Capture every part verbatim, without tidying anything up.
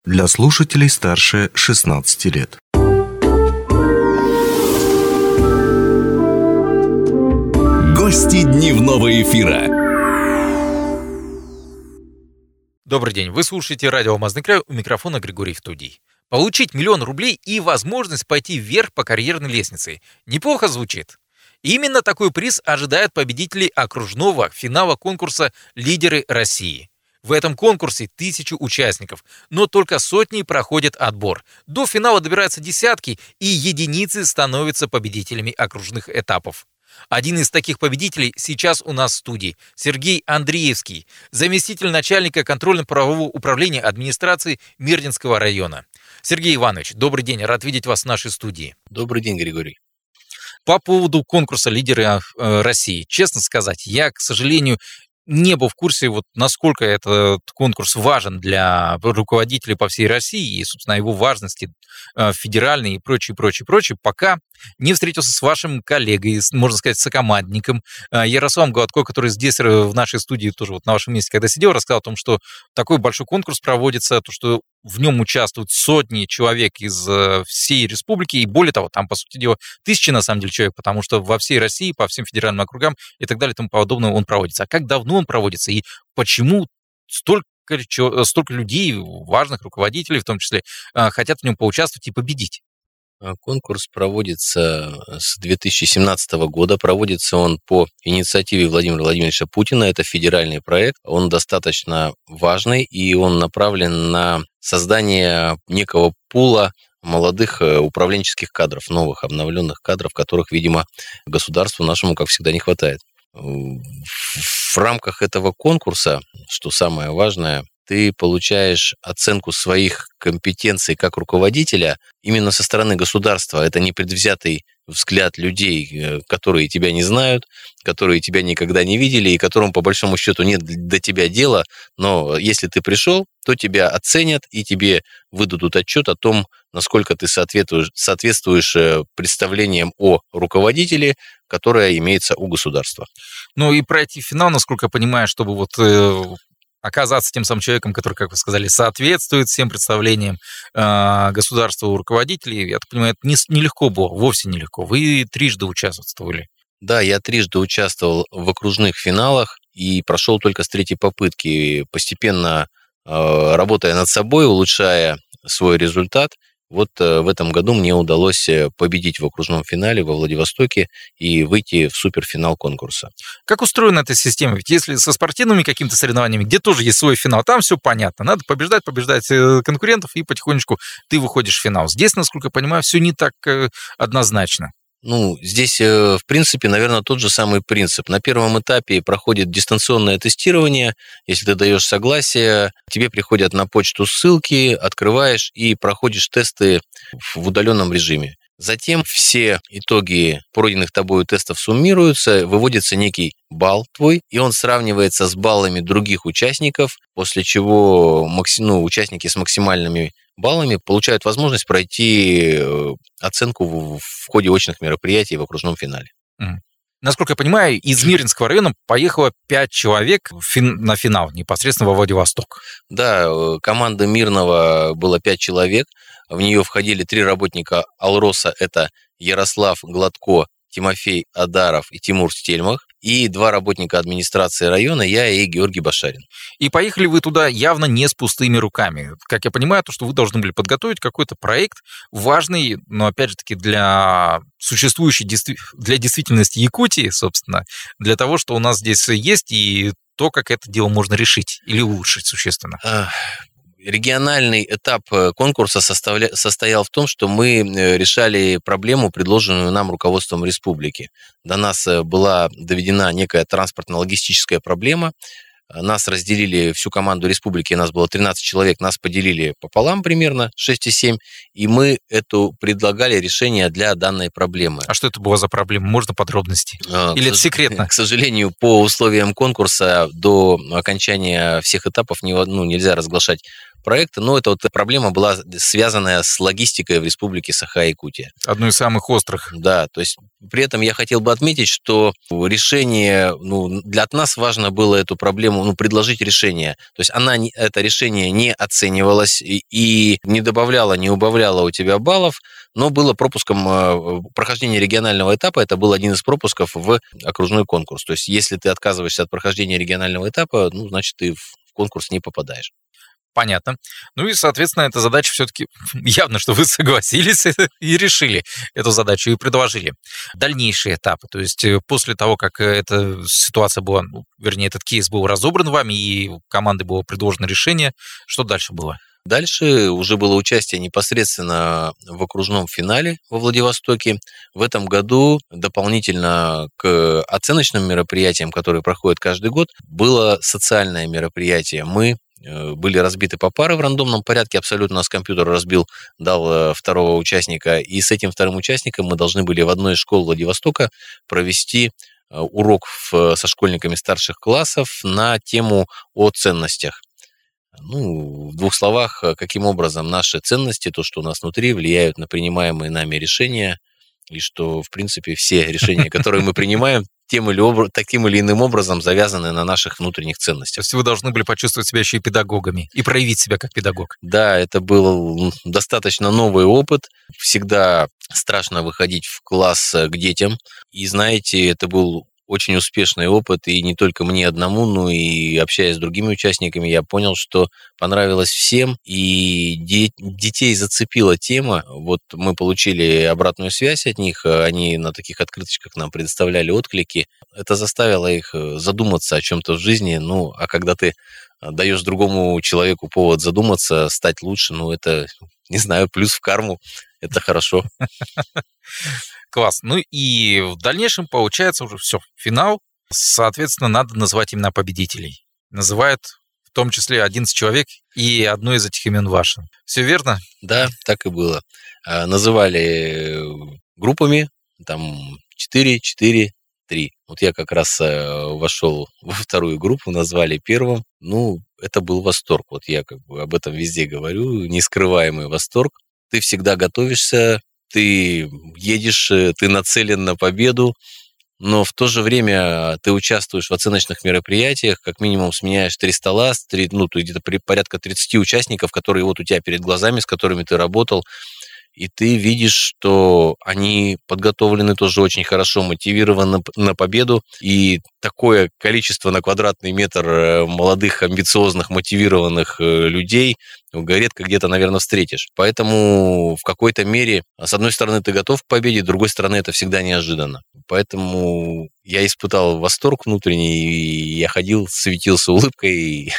Для слушателей старше шестнадцати лет. Гости дневного эфира. Добрый день, вы слушаете радио «Алмазный край», у микрофона Григорий Втудий. Получить миллион рублей и возможность пойти вверх по карьерной лестнице. Неплохо звучит. Именно такой приз ожидает победителей окружного финала конкурса «Лидеры России». В этом конкурсе тысячи участников, но только сотни проходят отбор. До финала добираются десятки, и единицы становятся победителями окружных этапов. Один из таких победителей сейчас у нас в студии. Сергей Андреевский, заместитель начальника контрольно-правового управления администрации Мирнинского района. Сергей Иванович, добрый день, рад видеть вас в нашей студии. Добрый день, Григорий. По поводу конкурса «Лидеры России», честно сказать, я, к сожалению, не был в курсе, вот насколько этот конкурс важен для руководителей по всей России и, собственно, его важности федеральной и прочее, прочее, прочее, пока не встретился с вашим коллегой, можно сказать, сокомандником Ярославом Гладко, который здесь в нашей студии тоже вот на вашем месте, когда сидел, рассказал о том, что такой большой конкурс проводится, то, что в нем участвуют сотни человек из всей республики, и более того, там, по сути дела, тысячи, на самом деле, человек, потому что во всей России, по всем федеральным округам и так далее и тому подобное он проводится. А как давно он проводится, и почему столько, столько людей, важных руководителей в том числе, хотят в нем поучаствовать и победить? Конкурс проводится с две тысячи семнадцатого года. Проводится он по инициативе Владимира Владимировича Путина. Это федеральный проект. Он достаточно важный, и он направлен на создание некого пула молодых управленческих кадров, новых обновленных кадров, которых, видимо, государству нашему, как всегда, не хватает. В рамках этого конкурса, что самое важное, ты получаешь оценку своих компетенций как руководителя именно со стороны государства. Это не предвзятый взгляд людей, которые тебя не знают, которые тебя никогда не видели и которым, по большому счету, нет до тебя дела. Но если ты пришел, то тебя оценят и тебе выдадут отчет о том, насколько ты соответствуешь, соответствуешь представлениям о руководителе, которое имеется у государства. Ну и пройти финал, насколько я понимаю, чтобы вот оказаться тем самым человеком, который, как вы сказали, соответствует всем представлениям э, государства у руководителей, я так понимаю, это нелегко было, вовсе нелегко. Вы трижды участвовали. Да, я трижды участвовал в окружных финалах и прошел только с третьей попытки, постепенно э, работая над собой, улучшая свой результат. Вот в этом году мне удалось победить в окружном финале во Владивостоке и выйти в суперфинал конкурса. Как устроена эта система? Ведь если со спортивными какими-то соревнованиями, где тоже есть свой финал, там все понятно. Надо побеждать, побеждать конкурентов, и потихонечку ты выходишь в финал. Здесь, насколько я понимаю, все не так однозначно. Ну, здесь, в принципе, наверное, тот же самый принцип. На первом этапе проходит дистанционное тестирование. Если ты даешь согласие, тебе приходят на почту ссылки, открываешь и проходишь тесты в удаленном режиме. Затем все итоги пройденных тобой тестов суммируются, выводится некий балл твой, и он сравнивается с баллами других участников, после чего ну, участники с максимальными баллами получают возможность пройти оценку в ходе очных мероприятий в окружном финале. Mm. Насколько я понимаю, из Мирнинского района поехало пять человек на финал, непосредственно во Владивосток. Да, команда Мирного было пять человек. В нее входили три работника Алроса, это Ярослав Гладко, Тимофей Адаров и Тимур Стельмах, и два работника администрации района, я и Георгий Башарин. И поехали вы туда явно не с пустыми руками. Как я понимаю, то, что вы должны были подготовить какой-то проект важный, но, опять же таки, для существующей, для действительности Якутии, собственно, для того, что у нас здесь есть, и то, как это дело можно решить или улучшить существенно. Региональный этап конкурса составля... состоял в том, что мы решали проблему, предложенную нам руководством республики. До нас была доведена некая транспортно-логистическая проблема. Нас разделили, всю команду республики, нас было тринадцать человек, нас поделили пополам примерно, шесть и семь, и мы эту предлагали решение для данной проблемы. А что это была за проблема? Можно подробности? А, Или это секретно? К сожалению, по условиям конкурса до окончания всех этапов не, ну, нельзя разглашать проекта, но эта вот проблема была связанная с логистикой в республике Саха-Якутия. Одной из самых острых. Да, то есть при этом я хотел бы отметить, что решение, ну, для нас важно было эту проблему, ну, предложить решение. То есть она, это решение не оценивалось и, и не добавляло, не убавляло у тебя баллов, но было пропуском прохождения регионального этапа, это был один из пропусков в окружной конкурс. То есть если ты отказываешься от прохождения регионального этапа, ну, значит, ты в конкурс не попадаешь. Понятно. Ну и, соответственно, эта задача все-таки явно, что вы согласились и решили эту задачу и предложили. Дальнейшие этапы, то есть после того, как эта ситуация была, ну, вернее, этот кейс был разобран вами и командой было предложено решение, что дальше было? Дальше уже было участие непосредственно в окружном финале во Владивостоке. В этом году дополнительно к оценочным мероприятиям, которые проходят каждый год, было социальное мероприятие. Мы были разбиты по паре в рандомном порядке, абсолютно нас компьютер разбил, дал второго участника, и с этим вторым участником мы должны были в одной из школ Владивостока провести урок со школьниками старших классов на тему о ценностях. Ну, в двух словах, каким образом наши ценности, то, что у нас внутри, влияют на принимаемые нами решения, и что, в принципе, все решения, которые мы принимаем, тем или образ, таким или иным образом завязаны на наших внутренних ценностях. То есть вы должны были почувствовать себя еще и педагогами и проявить себя как педагог. Да, это был достаточно новый опыт. Всегда страшно выходить в класс к детям. И знаете, это был очень успешный опыт, и не только мне одному, но и общаясь с другими участниками, я понял, что понравилось всем, и де- детей зацепила тема. Вот мы получили обратную связь от них, они на таких открыточках нам предоставляли отклики. Это заставило их задуматься о чем-то в жизни, ну, а когда ты даешь другому человеку повод задуматься, стать лучше, ну, это, не знаю, плюс в карму, это хорошо. Класс. Ну и в дальнейшем получается уже все, финал. Соответственно, надо называть имена победителей. Называют в том числе одиннадцать человек, и одно из этих имен ваше. Все верно? Да, так и было. Называли группами, там четыре, четыре, три. Вот я как раз вошел во вторую группу, назвали первым. Ну, это был восторг. Вот я как бы об этом везде говорю, нескрываемый восторг. Ты всегда готовишься, ты едешь, ты нацелен на победу, но в то же время ты участвуешь в оценочных мероприятиях, как минимум сменяешь три стола, три, ну, то где-то порядка тридцать участников, которые вот у тебя перед глазами, с которыми ты работал, и ты видишь, что они подготовлены тоже очень хорошо, мотивированы на победу, и такое количество на квадратный метр молодых, амбициозных, мотивированных людей редко где-то, наверное, встретишь. Поэтому в какой-то мере, с одной стороны, ты готов к победе, с другой стороны, это всегда неожиданно. Поэтому я испытал восторг внутренний, и я ходил, светился улыбкой.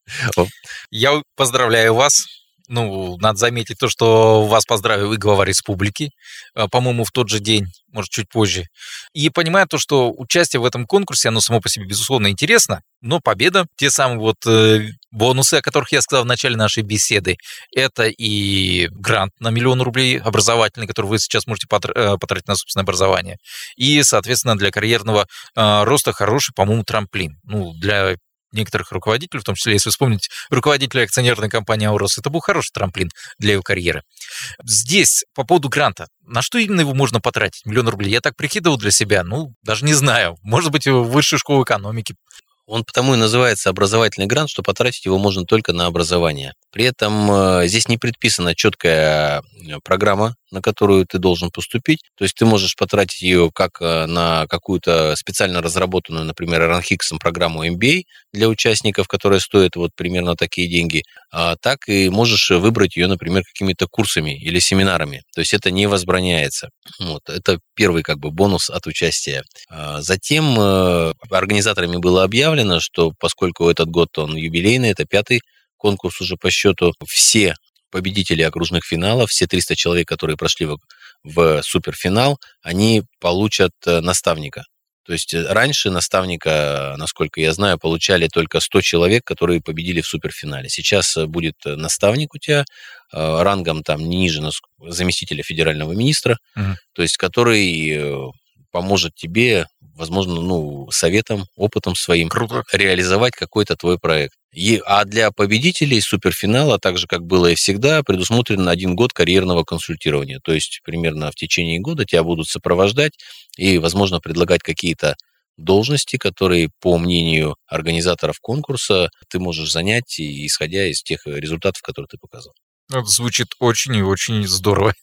Я поздравляю вас. Ну, надо заметить то, что вас поздравил и глава республики, по-моему, в тот же день, может, чуть позже. И понимаю то, что участие в этом конкурсе, оно само по себе, безусловно, интересно, но победа, те самые вот э, бонусы, о которых я сказал в начале нашей беседы, это и грант на миллион рублей образовательный, который вы сейчас можете потратить на собственное образование, и, соответственно, для карьерного э, роста хороший, по-моему, трамплин. Ну, для некоторых руководителей, в том числе, если вспомнить руководителя акционерной компании «Аурос», это был хороший трамплин для его карьеры. Здесь, по поводу гранта, на что именно его можно потратить? Миллион рублей. Я так прикидывал для себя, ну, даже не знаю. Может быть, в высшую школу экономики. Он потому и называется образовательный грант, что потратить его можно только на образование. При этом здесь не предписана четкая программа, на которую ты должен поступить. То есть ты можешь потратить ее как на какую-то специально разработанную, например, РАНХИКСом программу эм би эй для участников, которая стоит вот примерно такие деньги, а так и можешь выбрать ее, например, какими-то курсами или семинарами. То есть это не возбраняется. Вот. Это первый как бы бонус от участия. Затем организаторами было объявлено, что поскольку этот год он юбилейный, это пятый конкурс уже по счету, все победители окружных финалов, все триста человек, которые прошли в, в суперфинал, они получат наставника. То есть раньше наставника, насколько я знаю, получали только сто человек, которые победили в суперфинале. Сейчас будет наставник у тебя рангом там не ниже заместителя федерального министра, угу. то есть который поможет тебе, возможно, ну, советом, опытом своим Круто. реализовать какой-то твой проект. И, а для победителей суперфинала, так же, как было и всегда, предусмотрен один год карьерного консультирования. То есть примерно в течение года тебя будут сопровождать и, возможно, предлагать какие-то должности, которые, по мнению организаторов конкурса, ты можешь занять, исходя из тех результатов, которые ты показал. Это звучит очень и очень здорово.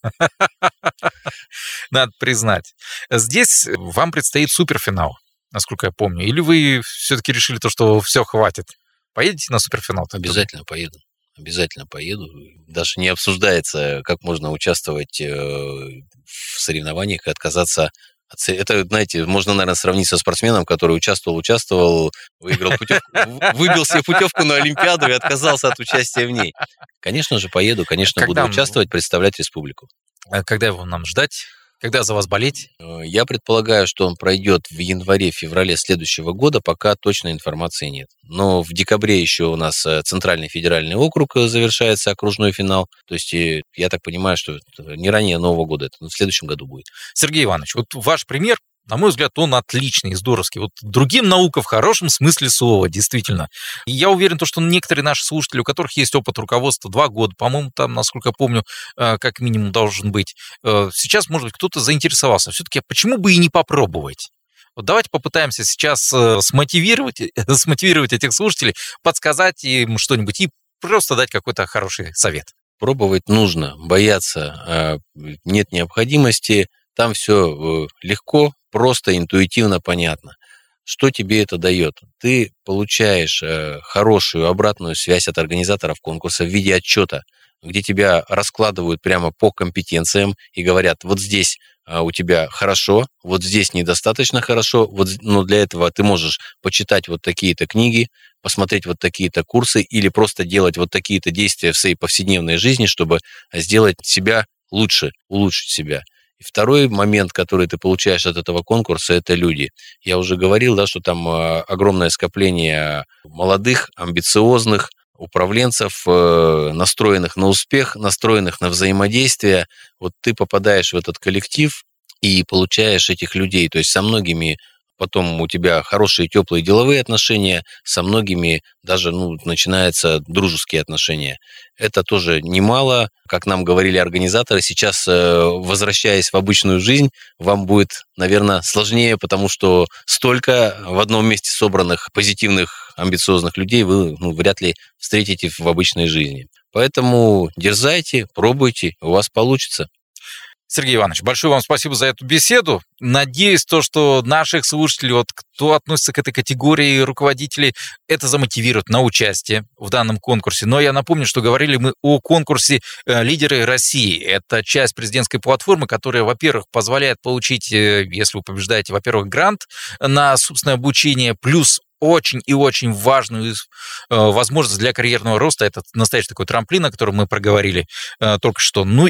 Надо признать. Здесь вам предстоит суперфинал, насколько я помню. Или вы все-таки решили то, что все, хватит? Поедете на суперфинал? Обязательно поеду. Обязательно поеду. Даже не обсуждается, как можно участвовать в соревнованиях и отказаться. Это, знаете, можно, наверное, сравнить со спортсменом, который участвовал, участвовал, выиграл путевку, выбил себе путевку на Олимпиаду и отказался от участия в ней. Конечно же, поеду, конечно, Когда буду участвовать, представлять республику. Когда его нам ждать? Когда за вас болеть? Я предполагаю, что он пройдет в январе-феврале следующего года, пока точной информации нет. Но в декабре еще у нас Центральный федеральный округ завершается, окружной финал. То есть я так понимаю, что не ранее Нового года, это в следующем году будет. Сергей Иванович, вот ваш пример, на мой взгляд, он отличный и здоровский. Вот другим наука в хорошем смысле слова, действительно. И я уверен, что некоторые наши слушатели, у которых есть опыт руководства два года, по-моему, там, насколько я помню, как минимум должен быть, сейчас, может быть, кто-то заинтересовался. Все-таки почему бы и не попробовать? Вот давайте попытаемся сейчас смотивировать, смотивировать этих слушателей, подсказать им что-нибудь и просто дать какой-то хороший совет. Пробовать нужно, бояться нет необходимости. Там все легко, просто, интуитивно понятно. Что тебе это дает? Ты получаешь хорошую обратную связь от организаторов конкурса в виде отчета, где тебя раскладывают прямо по компетенциям и говорят, вот здесь у тебя хорошо, вот здесь недостаточно хорошо, вот, но для этого ты можешь почитать вот такие-то книги, посмотреть вот такие-то курсы или просто делать вот такие-то действия в своей повседневной жизни, чтобы сделать себя лучше, улучшить себя. И второй момент, который ты получаешь от этого конкурса, это люди. Я уже говорил, да, что там огромное скопление молодых, амбициозных управленцев, настроенных на успех, настроенных на взаимодействие. Вот ты попадаешь в этот коллектив и получаешь этих людей. То есть со многими потом у тебя хорошие, теплые деловые отношения, со многими даже ну, начинаются дружеские отношения. Это тоже немало, как нам говорили организаторы. Сейчас, возвращаясь в обычную жизнь, вам будет, наверное, сложнее, потому что столько в одном месте собранных позитивных, амбициозных людей вы ну, вряд ли встретите в обычной жизни. Поэтому дерзайте, пробуйте, у вас получится. Сергей Иванович, большое вам спасибо за эту беседу. Надеюсь, то, что наших слушателей, вот, кто относится к этой категории руководителей, это замотивирует на участие в данном конкурсе. Но я напомню, что говорили мы о конкурсе «Лидеры России». Это часть президентской платформы, которая, во-первых, позволяет получить, если вы побеждаете, во-первых, грант на собственное обучение, плюс очень и очень важную э, возможность для карьерного роста. Это настоящий такой трамплин, о котором мы проговорили э, только что. Ну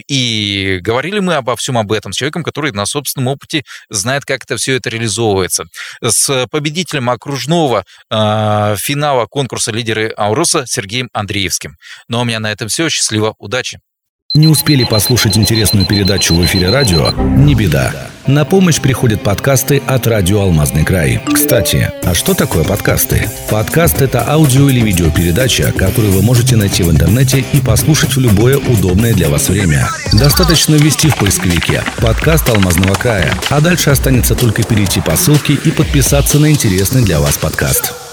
и говорили мы обо всем об этом с человеком, который на собственном опыте знает, как это все это реализовывается. С победителем окружного э, финала конкурса «Лидеры Ауроса» Сергеем Андреевским. Ну а у меня на этом все. Счастливо, удачи! Не успели послушать интересную передачу в эфире радио? Не беда. На помощь приходят подкасты от радио «Алмазный край». Кстати, а что такое подкасты? Подкаст – это аудио- или видеопередача, которую вы можете найти в интернете и послушать в любое удобное для вас время. Достаточно ввести в поисковике «Подкаст Алмазного края», а дальше останется только перейти по ссылке и подписаться на интересный для вас подкаст.